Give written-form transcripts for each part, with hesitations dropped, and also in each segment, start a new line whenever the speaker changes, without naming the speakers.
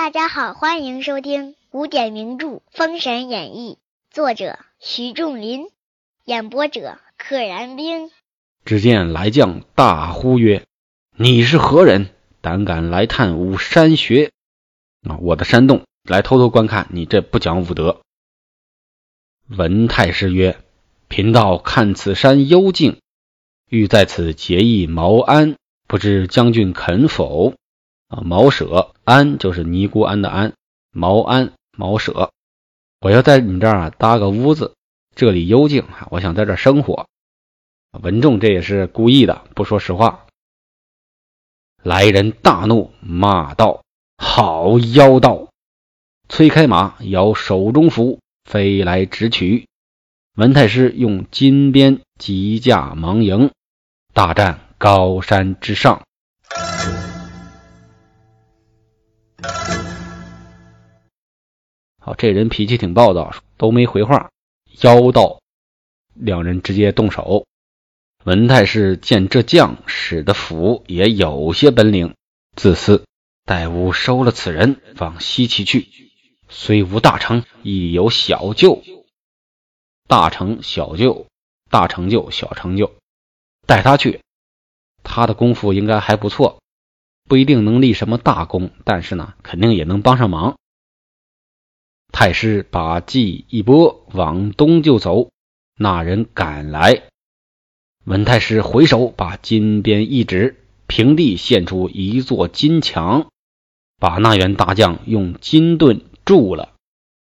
大家好，欢迎收听古典名著《封神演义》，作者徐仲林，演播者可燃冰。
只见来将大呼曰：你是何人？胆敢来探武山穴我的山洞来偷偷观看，你这不讲武德。文太师曰：贫道看此山幽静，欲在此结义茅庵，不知将军肯否？茅舍，庵就是尼姑庵的庵，茅庵茅舍，我要在你这儿搭个屋子，这里幽静，我想在这儿生活。文仲这也是故意的，不说实话。来人大怒，骂道：好妖道！催开马，摇手中斧，飞来直取。文太师用金鞭急驾忙迎，大战高山之上。好，这人脾气挺暴躁，都没回话。妖道，两人直接动手。文太师见这将使的斧也有些本领，自私，待吾收了此人，往西岐去。虽无大成，亦有小救。大成小救，大成就小成就，带他去。他的功夫应该还不错，不一定能立什么大功，但是呢，肯定也能帮上忙。太师把计一拨，往东就走。那人赶来，文太师回手把金鞭一指，平地现出一座金墙，把那员大将用金盾筑了。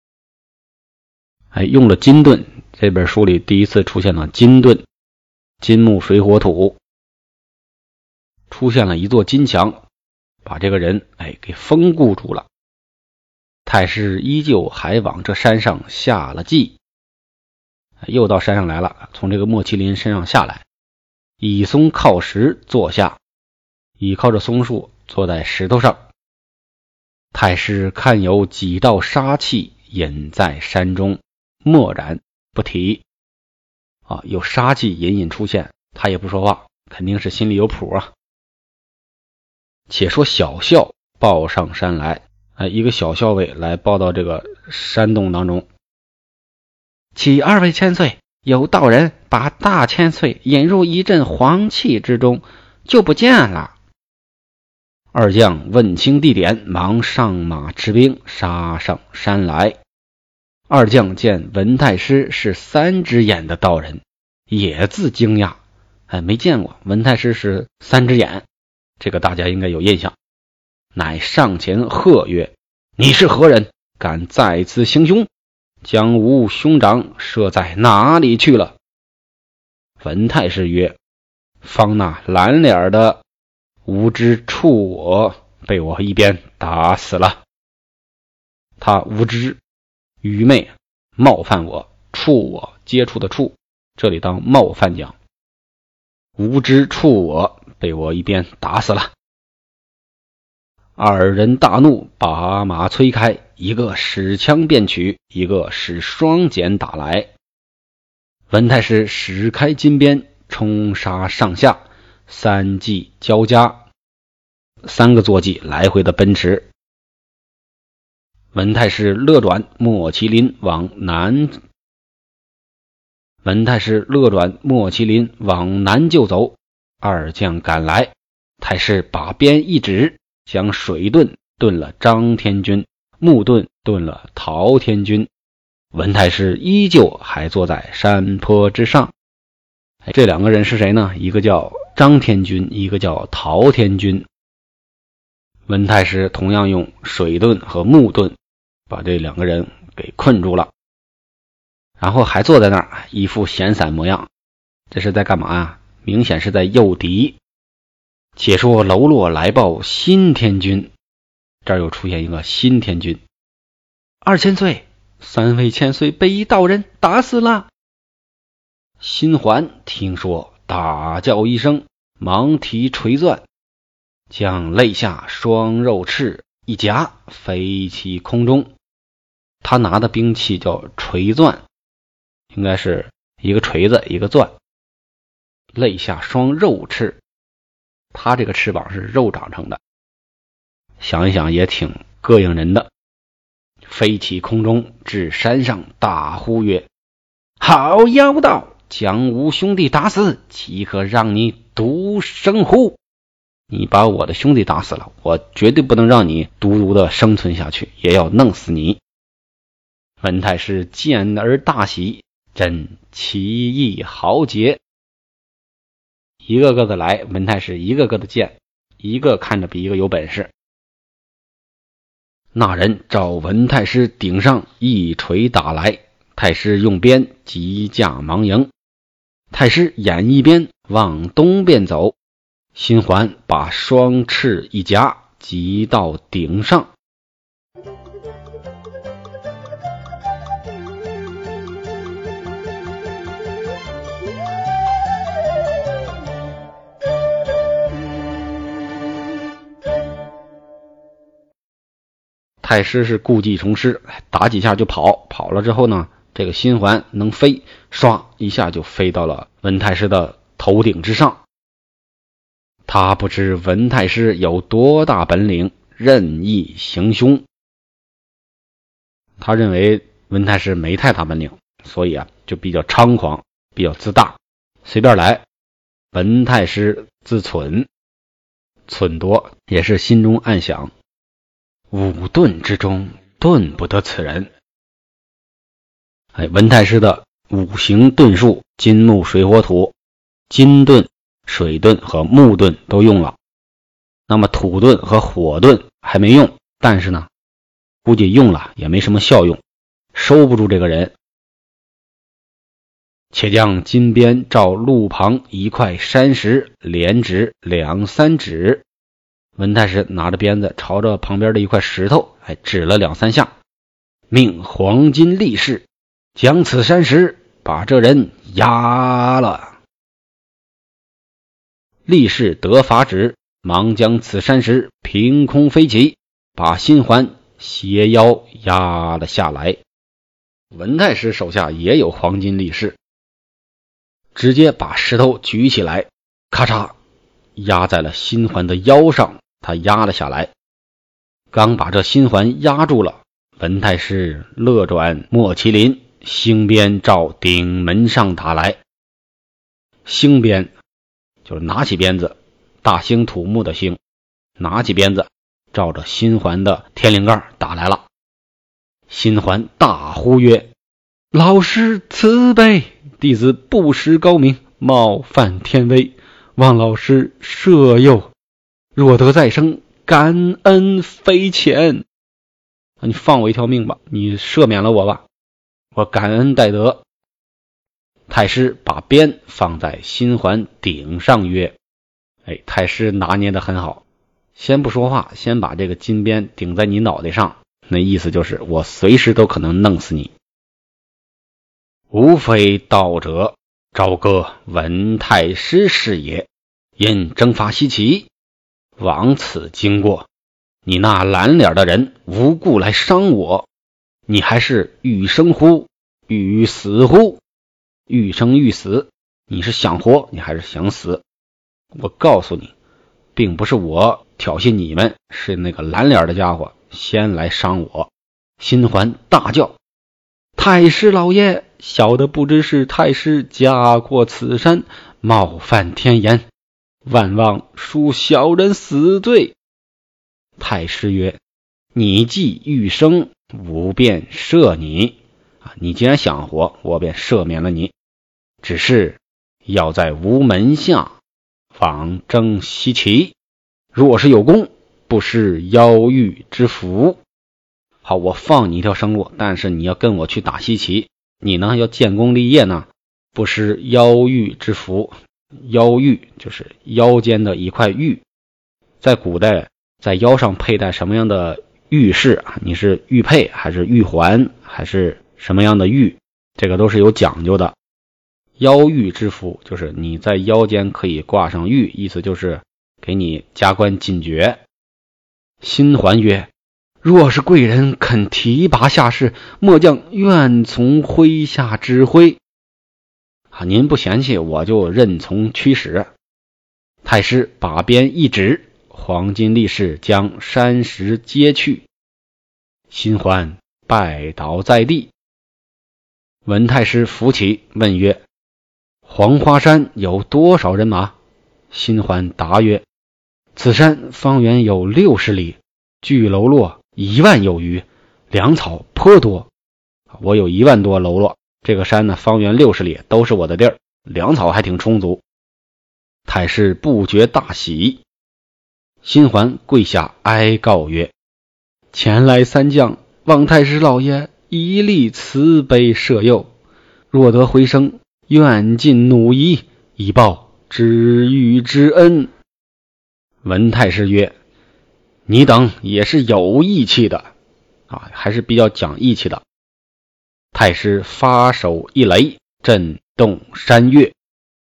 用了金盾，这本书里第一次出现了金盾，金木水火土，出现了一座金墙，把这个人给封固住了。太师依旧还往这山上下了计，又到山上来了，从这个莫麒麟身上下来，倚松靠石坐下，倚靠着松树坐在石头上。太师看有几道杀气隐在山中，默然不提。有杀气隐隐出现，他也不说话，肯定是心里有谱啊。且说小校报上山来，一个小校尉来报到这个山洞当中。启二位千岁，有道人把大千岁引入一阵黄气之中，就不见了。二将问清地点，忙上马持兵杀上山来。二将见文太师是三只眼的道人，也自惊讶，没见过文太师是三只眼，这个大家应该有印象。乃上前喝曰：你是何人？敢在此行凶？将吾兄长射在哪里去了？文太师曰：方那蓝脸的无知触我，被我一鞭打死了。他无知愚昧，冒犯我，触我，接触的触，这里当冒犯讲。无知触我，被我一鞭打死了。二人大怒，把马催开，一个使枪便取，一个使双锏打来。文太师使开金鞭，冲杀上下，三骑交加，三个坐骑来回的奔驰。文太师勒转莫麒麟往南就走。二将赶来，太师把鞭一指，将水遁遁了张天军，木遁遁了陶天军。文太师依旧还坐在山坡之上。这两个人是谁呢？一个叫张天军，一个叫陶天军。文太师同样用水遁和木遁把这两个人给困住了，然后还坐在那儿一副闲散模样，这是在干嘛呀？明显是在诱敌。且说喽啰来报新天军，这儿又出现一个新天军。二千岁，三位千岁被一道人打死了。新环听说，大叫一声，忙提锤钻，将肋下双肉翅一夹，飞起空中。他拿的兵器叫锤钻，应该是一个锤子一个钻。肋下双肉翅，他这个翅膀是肉长成的，想一想也挺膈应人的，飞起空中，至山上，大呼曰：好妖道，将吾兄弟打死，岂可让你独生乎？你把我的兄弟打死了，我绝对不能让你独独的生存下去，也要弄死你。文太师见而大喜，真奇异豪杰。一个个的来，文太师一个个的见，一个看着比一个有本事。那人照文太师顶上一锤打来，太师用鞭急驾忙迎。太师眼一边往东边走，心环把双翅一夹，急到顶上。太师是故技重施，打几下就跑，跑了之后呢，这个心环能飞，唰一下就飞到了文太师的头顶之上。他不知文太师有多大本领，任意行凶。他认为文太师没太大本领，所以就比较猖狂，比较自大，随便来。文太师自忖，忖度也是心中暗想，五遁之中遁不得此人。文太师的五行遁术，金木水火土，金遁、水遁和木遁都用了，那么土遁和火遁还没用，但是呢估计用了也没什么效用，收不住这个人。且将金鞭照路旁一块山石连指2、3指。文太师拿着鞭子朝着旁边的一块石头指了2、3下，命黄金力士将此山石把这人压了。力士得法旨，忙将此山石凭空飞起，把心环斜腰压了下来。文太师手下也有黄金力士，直接把石头举起来，咔嚓压在了心环的腰上，他压了下来。刚把这心环压住了，文太师乐转莫麒麟，星鞭照顶门上打来。星鞭就是拿起鞭子，大兴土木的兴，拿起鞭子照着心环的天灵盖打来了。心环大呼曰：老师慈悲，弟子不识高明，冒犯天威，望老师赦宥，若得再生，感恩非浅。你放我一条命吧，你赦免了我吧，我感恩戴德。太师把鞭放在心环顶上曰：太师拿捏得很好，先不说话，先把这个金鞭顶在你脑袋上，那意思就是我随时都可能弄死你。无非道者，朝歌文太师是也，因征伐西岐，往此经过，你那蓝脸的人无故来伤我，你还是欲生乎欲死乎？欲生欲死，你是想活你还是想死？我告诉你，并不是我挑衅你们，是那个蓝脸的家伙先来伤我。心环大叫：太师老爷，小的不知是太师驾过此山，冒犯天颜，万望恕小人死罪。太师曰：你既欲生，吾便赦你。你既然想活，我便赦免了你，只是要在吾门下往征西岐，若是有功，不失妖域之福。好，我放你一条生路，但是你要跟我去打西岐，你呢要建功立业呢，不失妖域之福。妖域就是腰间的一块玉，在古代在腰上佩戴什么样的玉饰，你是玉佩还是玉环还是什么样的玉，这个都是有讲究的。腰玉之福就是你在腰间可以挂上玉，意思就是给你加官进爵。心环曰：若是贵人肯提拔下士，末将愿从麾下指挥。您不嫌弃，我就任从驱使。太师把鞭一指，黄金力士将山石接去， 新欢拜倒在地。文太师扶起，问曰：黄花山有多少人马？新欢答曰：此山方圆有60里，聚喽啰1万有余，粮草颇多。我有1万多喽啰，这个山呢方圆60里都是我的地儿，粮草还挺充足。太师不觉大喜。新欢跪下哀告曰：前来三将，望太师老爷一力慈悲赦宥，若得回生，愿尽弩夷，以报知遇之恩。文太师曰：你等也是有义气的还是比较讲义气的。太师发手一雷，震动山岳。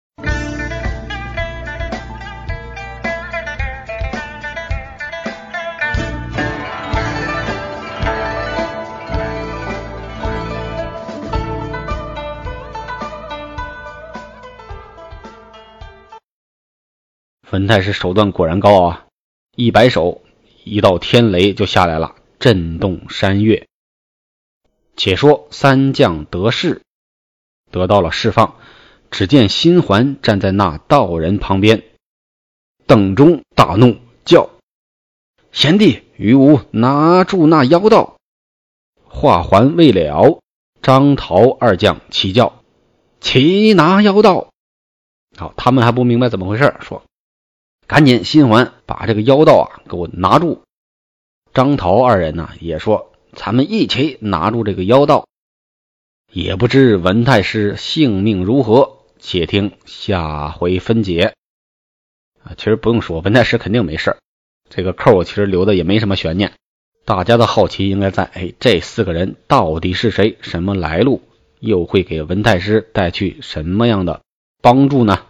文太师手段果然高啊，一摆手，一道天雷就下来了，震动山岳。且说三将得势，得到了释放，只见新环站在那道人旁边，瞪中大怒，叫：贤弟，与吾拿住那妖道。话还未了，张桃二将齐叫：齐拿妖道。好，他们还不明白怎么回事，说赶紧新环把这个妖道给我拿住。张桃二人也说咱们一起拿住这个妖道。也不知文太师性命如何，且听下回分解。其实不用说，文太师肯定没事，这个扣其实留的也没什么悬念。大家的好奇应该在这4个人到底是谁，什么来路，又会给文太师带去什么样的帮助呢？